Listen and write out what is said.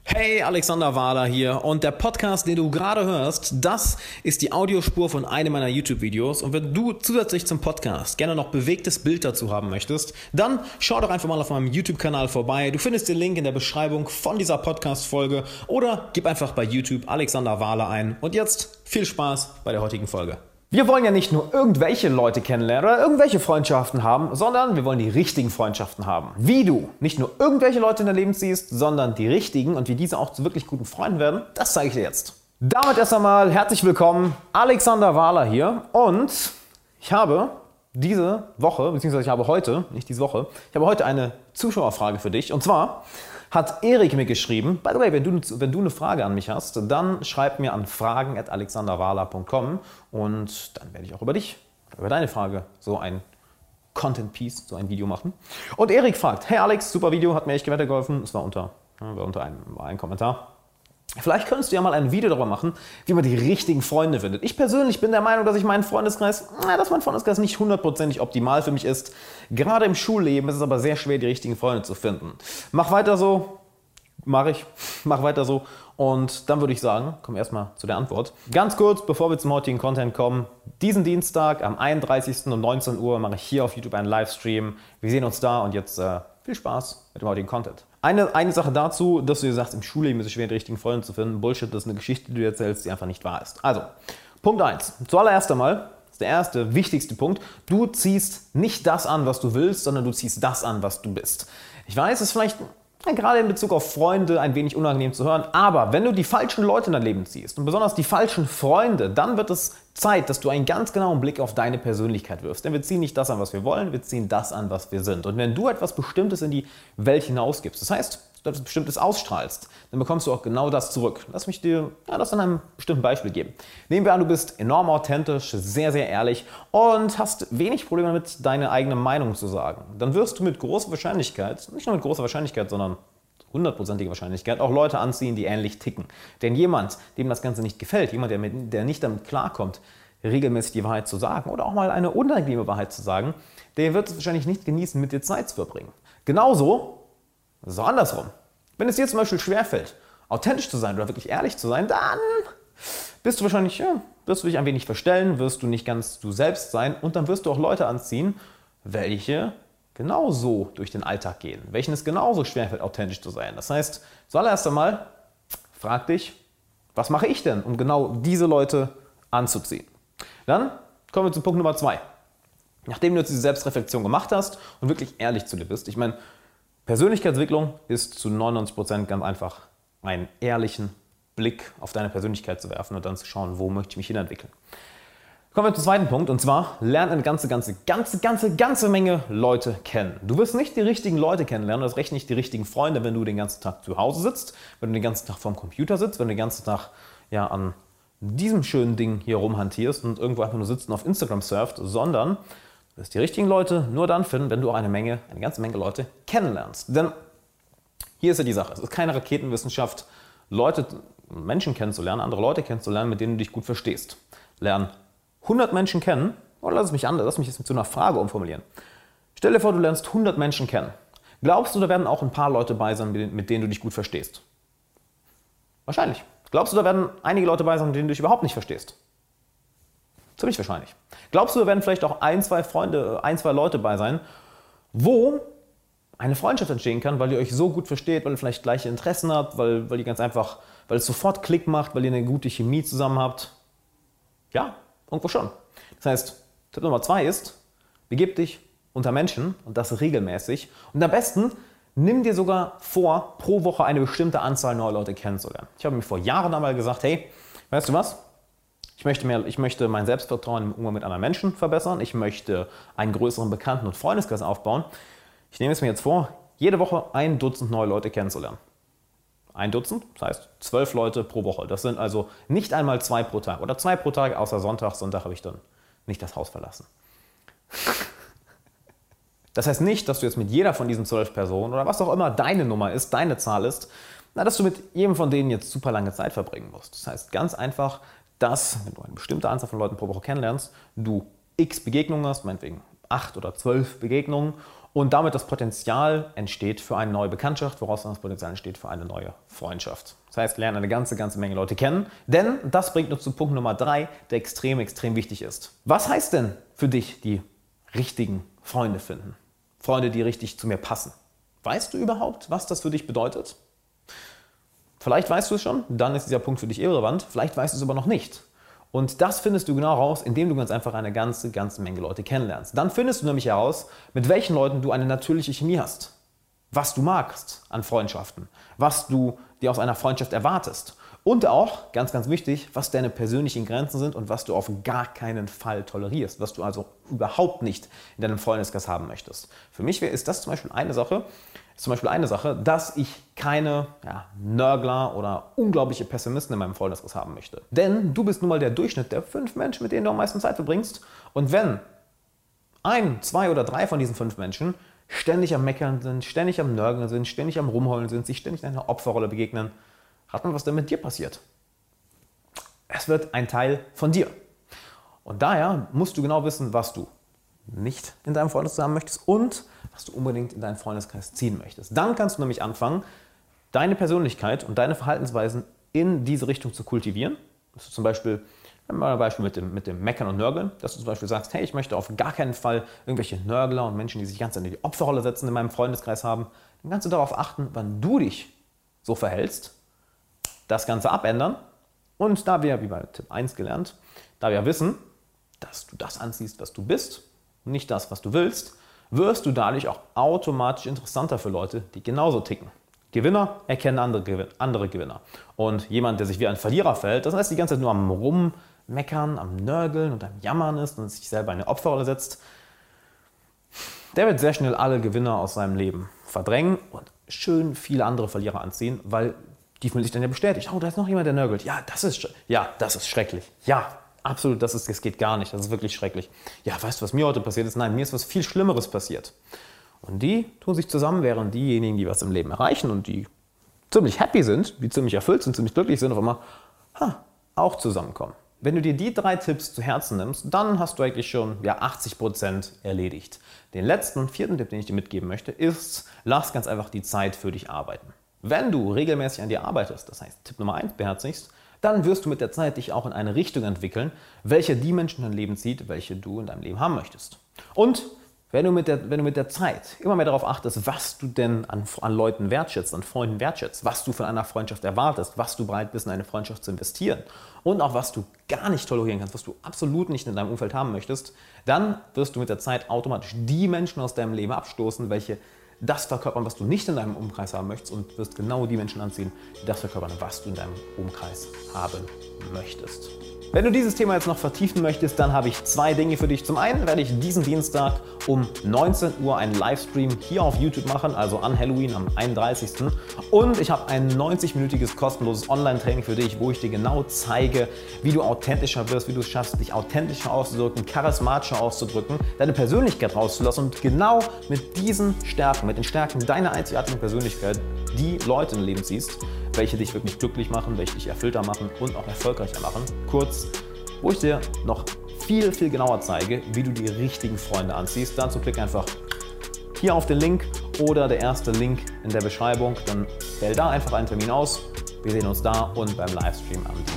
Hey, Alexander Wahler hier und der Podcast, den du gerade hörst, das ist die Audiospur von einem meiner YouTube-Videos und wenn du zusätzlich zum Podcast gerne noch bewegtes Bild dazu haben möchtest, dann schau doch einfach mal auf meinem YouTube-Kanal vorbei. Du findest den Link in der Beschreibung von dieser Podcast-Folge oder gib einfach bei YouTube Alexander Wahler ein und jetzt viel Spaß bei der heutigen Folge. Wir wollen ja nicht nur irgendwelche Leute kennenlernen oder irgendwelche Freundschaften haben, sondern wir wollen die richtigen Freundschaften haben. Wie du nicht nur irgendwelche Leute in dein Leben ziehst, sondern die richtigen und wie diese auch zu wirklich guten Freunden werden, das zeige ich dir jetzt. Damit erst einmal herzlich willkommen, Alexander Wahler hier und ich habe diese Woche, beziehungsweise ich habe heute, nicht diese Woche, ich habe heute eine Zuschauerfrage für dich und zwar hat Erik mir geschrieben, by the way, wenn du eine Frage an mich hast, dann schreib mir an fragen@alexanderwahler.com und dann werde ich auch über deine Frage so ein Content-Piece, so ein Video machen. Und Erik fragt, hey Alex, super Video, hat mir echt weitergeholfen. Es war unter ein Kommentar. Vielleicht könntest du ja mal ein Video darüber machen, wie man die richtigen Freunde findet. Ich persönlich bin der Meinung, dass mein Freundeskreis nicht hundertprozentig optimal für mich ist. Gerade im Schulleben ist es aber sehr schwer, die richtigen Freunde zu finden. Mach weiter so, mach weiter so. Und dann würde ich sagen, kommen wir erstmal zu der Antwort. Ganz kurz, bevor wir zum heutigen Content kommen. Diesen Dienstag am 31. um 19 Uhr mache ich hier auf YouTube einen Livestream. Wir sehen uns da und jetzt viel Spaß mit dem heutigen Content. Eine Sache dazu, dass du dir sagst, im Schulleben ist es schwer, die richtigen Freunde zu finden. Bullshit, das ist eine Geschichte, die du erzählst, die einfach nicht wahr ist. Also, Punkt 1. Zuallererst einmal, das ist der erste, wichtigste Punkt. Du ziehst nicht das an, was du willst, sondern du ziehst das an, was du bist. Ich weiß, es ist vielleicht gerade in Bezug auf Freunde ein wenig unangenehm zu hören, aber wenn du die falschen Leute in dein Leben ziehst und besonders die falschen Freunde, dann wird es Zeit, dass du einen ganz genauen Blick auf deine Persönlichkeit wirfst. Denn wir ziehen nicht das an, was wir wollen, wir ziehen das an, was wir sind. Und wenn du etwas Bestimmtes in die Welt hinausgibst, das heißt, du etwas Bestimmtes ausstrahlst, dann bekommst du auch genau das zurück. Lass mich dir das an einem bestimmten Beispiel geben. Nehmen wir an, du bist enorm authentisch, sehr, sehr ehrlich und hast wenig Probleme damit, deine eigene Meinung zu sagen. Dann wirst du mit großer Wahrscheinlichkeit, nicht nur mit großer Wahrscheinlichkeit, sondern hundertprozentige Wahrscheinlichkeit, auch Leute anziehen, die ähnlich ticken. Denn jemand, dem das Ganze nicht gefällt, jemand, der nicht damit klarkommt, regelmäßig die Wahrheit zu sagen oder auch mal eine unangenehme Wahrheit zu sagen, der wird es wahrscheinlich nicht genießen, mit dir Zeit zu verbringen. Genauso, das ist auch andersrum. Wenn es dir zum Beispiel schwerfällt, authentisch zu sein oder wirklich ehrlich zu sein, dann wirst du dich ein wenig verstellen, wirst du nicht ganz du selbst sein und dann wirst du auch Leute anziehen, welche genauso durch den Alltag gehen, welchen es genauso schwerfällt, authentisch zu sein. Das heißt, zuallererst einmal, frag dich, was mache ich denn, um genau diese Leute anzuziehen? Dann kommen wir zu Punkt Nummer 2. Nachdem du jetzt diese Selbstreflexion gemacht hast und wirklich ehrlich zu dir bist, ich meine, Persönlichkeitsentwicklung ist zu 99% ganz einfach, einen ehrlichen Blick auf deine Persönlichkeit zu werfen und dann zu schauen, wo möchte ich mich hinentwickeln. Kommen wir zum zweiten Punkt und zwar, lerne eine ganze Menge Leute kennen. Du wirst nicht die richtigen Leute kennenlernen, das recht nicht die richtigen Freunde, wenn du den ganzen Tag zu Hause sitzt, wenn du den ganzen Tag vorm Computer sitzt, wenn du den ganzen Tag an diesem schönen Ding hier rumhantierst und irgendwo einfach nur sitzt und auf Instagram surft, sondern du wirst die richtigen Leute nur dann finden, wenn du auch eine ganze Menge Leute kennenlernst. Denn hier ist ja die Sache, es ist keine Raketenwissenschaft, Menschen kennenzulernen, andere Leute kennenzulernen, mit denen du dich gut verstehst. Lern 100 Menschen kennen, oder lass mich jetzt mit so einer Frage umformulieren. Stell dir vor, du lernst 100 Menschen kennen. Glaubst du, da werden auch ein paar Leute bei sein, mit denen du dich gut verstehst? Wahrscheinlich. Glaubst du, da werden einige Leute bei sein, mit denen du dich überhaupt nicht verstehst? Ziemlich wahrscheinlich. Glaubst du, da werden vielleicht auch ein, zwei Leute bei sein, wo eine Freundschaft entstehen kann, weil ihr euch so gut versteht, weil ihr vielleicht gleiche Interessen habt, weil es sofort Klick macht, weil ihr eine gute Chemie zusammen habt? Ja, irgendwo schon. Das heißt, Tipp Nummer 2 ist, begib dich unter Menschen und das regelmäßig. Und am besten nimm dir sogar vor, pro Woche eine bestimmte Anzahl neuer Leute kennenzulernen. Ich habe mir vor Jahren einmal gesagt, hey, weißt du was? Ich möchte mein Selbstvertrauen im Umgang mit anderen Menschen verbessern. Ich möchte einen größeren Bekannten- und Freundeskreis aufbauen. Ich nehme es mir jetzt vor, jede Woche 1 Dutzend neue Leute kennenzulernen. 1 Dutzend, das heißt 12 Leute pro Woche. Das sind also nicht einmal 2 pro Tag oder 2 pro Tag, außer Sonntag. Sonntag habe ich dann nicht das Haus verlassen. Das heißt nicht, dass du jetzt mit jeder von diesen 12 Personen oder was auch immer deine Nummer ist, deine Zahl ist, dass du mit jedem von denen jetzt super lange Zeit verbringen musst. Das heißt ganz einfach, dass, wenn du eine bestimmte Anzahl von Leuten pro Woche kennenlernst, du x Begegnungen hast, meinetwegen 8 oder 12 Begegnungen und damit das Potenzial entsteht für eine neue Bekanntschaft, woraus dann das Potenzial entsteht für eine neue Freundschaft. Das heißt, lerne eine ganze Menge Leute kennen, denn das bringt uns zu Punkt Nummer 3, der extrem wichtig ist. Was heißt denn für dich die richtigen Freunde finden? Freunde, die richtig zu mir passen. Weißt du überhaupt, was das für dich bedeutet? Vielleicht weißt du es schon, dann ist dieser Punkt für dich irrelevant, vielleicht weißt du es aber noch nicht. Und das findest du genau raus, indem du ganz einfach eine ganze Menge Leute kennenlernst. Dann findest du nämlich heraus, mit welchen Leuten du eine natürliche Chemie hast. Was du magst an Freundschaften. Was du dir aus einer Freundschaft erwartest. Und auch, ganz wichtig, was deine persönlichen Grenzen sind und was du auf gar keinen Fall tolerierst. Was du also überhaupt nicht in deinem Freundeskreis haben möchtest. Für mich ist das zum Beispiel eine Sache, dass ich keine Nörgler oder unglaubliche Pessimisten in meinem Freundeskreis haben möchte. Denn du bist nun mal der Durchschnitt der 5 Menschen, mit denen du am meisten Zeit verbringst. Und wenn 1, 2 oder 3 von diesen 5 Menschen ständig am Meckern sind, ständig am Nörgeln sind, ständig am Rumheulen sind, sich ständig in einer Opferrolle begegnen, rat mal, was denn mit dir passiert. Es wird ein Teil von dir. Und daher musst du genau wissen, was du nicht in deinem Freundeskreis haben möchtest und was du unbedingt in deinen Freundeskreis ziehen möchtest. Dann kannst du nämlich anfangen, deine Persönlichkeit und deine Verhaltensweisen in diese Richtung zu kultivieren. Dass du zum Beispiel, mal ein Beispiel mit dem Meckern und Nörgeln, dass du zum Beispiel sagst, hey, ich möchte auf gar keinen Fall irgendwelche Nörgler und Menschen, die sich ganz in die Opferrolle setzen, in meinem Freundeskreis haben. Dann kannst du darauf achten, wann du dich so verhältst, das Ganze abändern und da wir, wie bei Tipp 1 gelernt, da wir wissen, dass du das anziehst, was du bist und nicht das, was du willst, wirst du dadurch auch automatisch interessanter für Leute, die genauso ticken. Gewinner erkennen andere Gewinner. Und jemand, der sich wie ein Verlierer verhält, das heißt die ganze Zeit nur am Rummeckern, am Nörgeln und am Jammern ist und sich selber in eine Opferrolle setzt, der wird sehr schnell alle Gewinner aus seinem Leben verdrängen und schön viele andere Verlierer anziehen, weil die fühlen sich dann ja bestätigt. Oh, da ist noch jemand, der nörgelt. Ja, das ist schrecklich. Ja, absolut, das geht gar nicht. Das ist wirklich schrecklich. Ja, weißt du, was mir heute passiert ist? Nein, mir ist was viel Schlimmeres passiert. Und die tun sich zusammen, während diejenigen, die was im Leben erreichen und die ziemlich happy sind, die ziemlich erfüllt sind, ziemlich glücklich sind, auf einmal auch zusammenkommen. Wenn du dir die 3 Tipps zu Herzen nimmst, dann hast du eigentlich schon 80% erledigt. Den letzten und 4. Tipp, den ich dir mitgeben möchte, ist, lass ganz einfach die Zeit für dich arbeiten. Wenn du regelmäßig an dir arbeitest, das heißt Tipp Nummer 1 beherzigst, dann wirst du mit der Zeit dich auch in eine Richtung entwickeln, welche die Menschen in dein Leben zieht, welche du in deinem Leben haben möchtest. Und wenn du mit der Zeit immer mehr darauf achtest, was du denn an Leuten wertschätzt, an Freunden wertschätzt, was du von einer Freundschaft erwartest, was du bereit bist, in eine Freundschaft zu investieren und auch was du gar nicht tolerieren kannst, was du absolut nicht in deinem Umfeld haben möchtest, dann wirst du mit der Zeit automatisch die Menschen aus deinem Leben abstoßen, welche das verkörpern, was du nicht in deinem Umkreis haben möchtest und wirst genau die Menschen anziehen, die das verkörpern, was du in deinem Umkreis haben möchtest. Wenn du dieses Thema jetzt noch vertiefen möchtest, dann habe ich 2 Dinge für dich. Zum einen werde ich diesen Dienstag um 19 Uhr einen Livestream hier auf YouTube machen, also an Halloween am 31. Und ich habe ein 90-minütiges kostenloses Online-Training für dich, wo ich dir genau zeige, wie du authentischer wirst, wie du es schaffst, dich authentischer auszudrücken, charismatischer auszudrücken, deine Persönlichkeit rauszulassen und genau mit diesen Stärken, mit den Stärken deiner einzigartigen Persönlichkeit, die Leute im Leben ziehst, welche dich wirklich glücklich machen, welche dich erfüllter machen und auch erfolgreicher machen. Kurz, wo ich dir noch viel genauer zeige, wie du die richtigen Freunde anziehst. Dazu klick einfach hier auf den Link oder der erste Link in der Beschreibung. Dann wähl da einfach einen Termin aus. Wir sehen uns da und beim Livestream am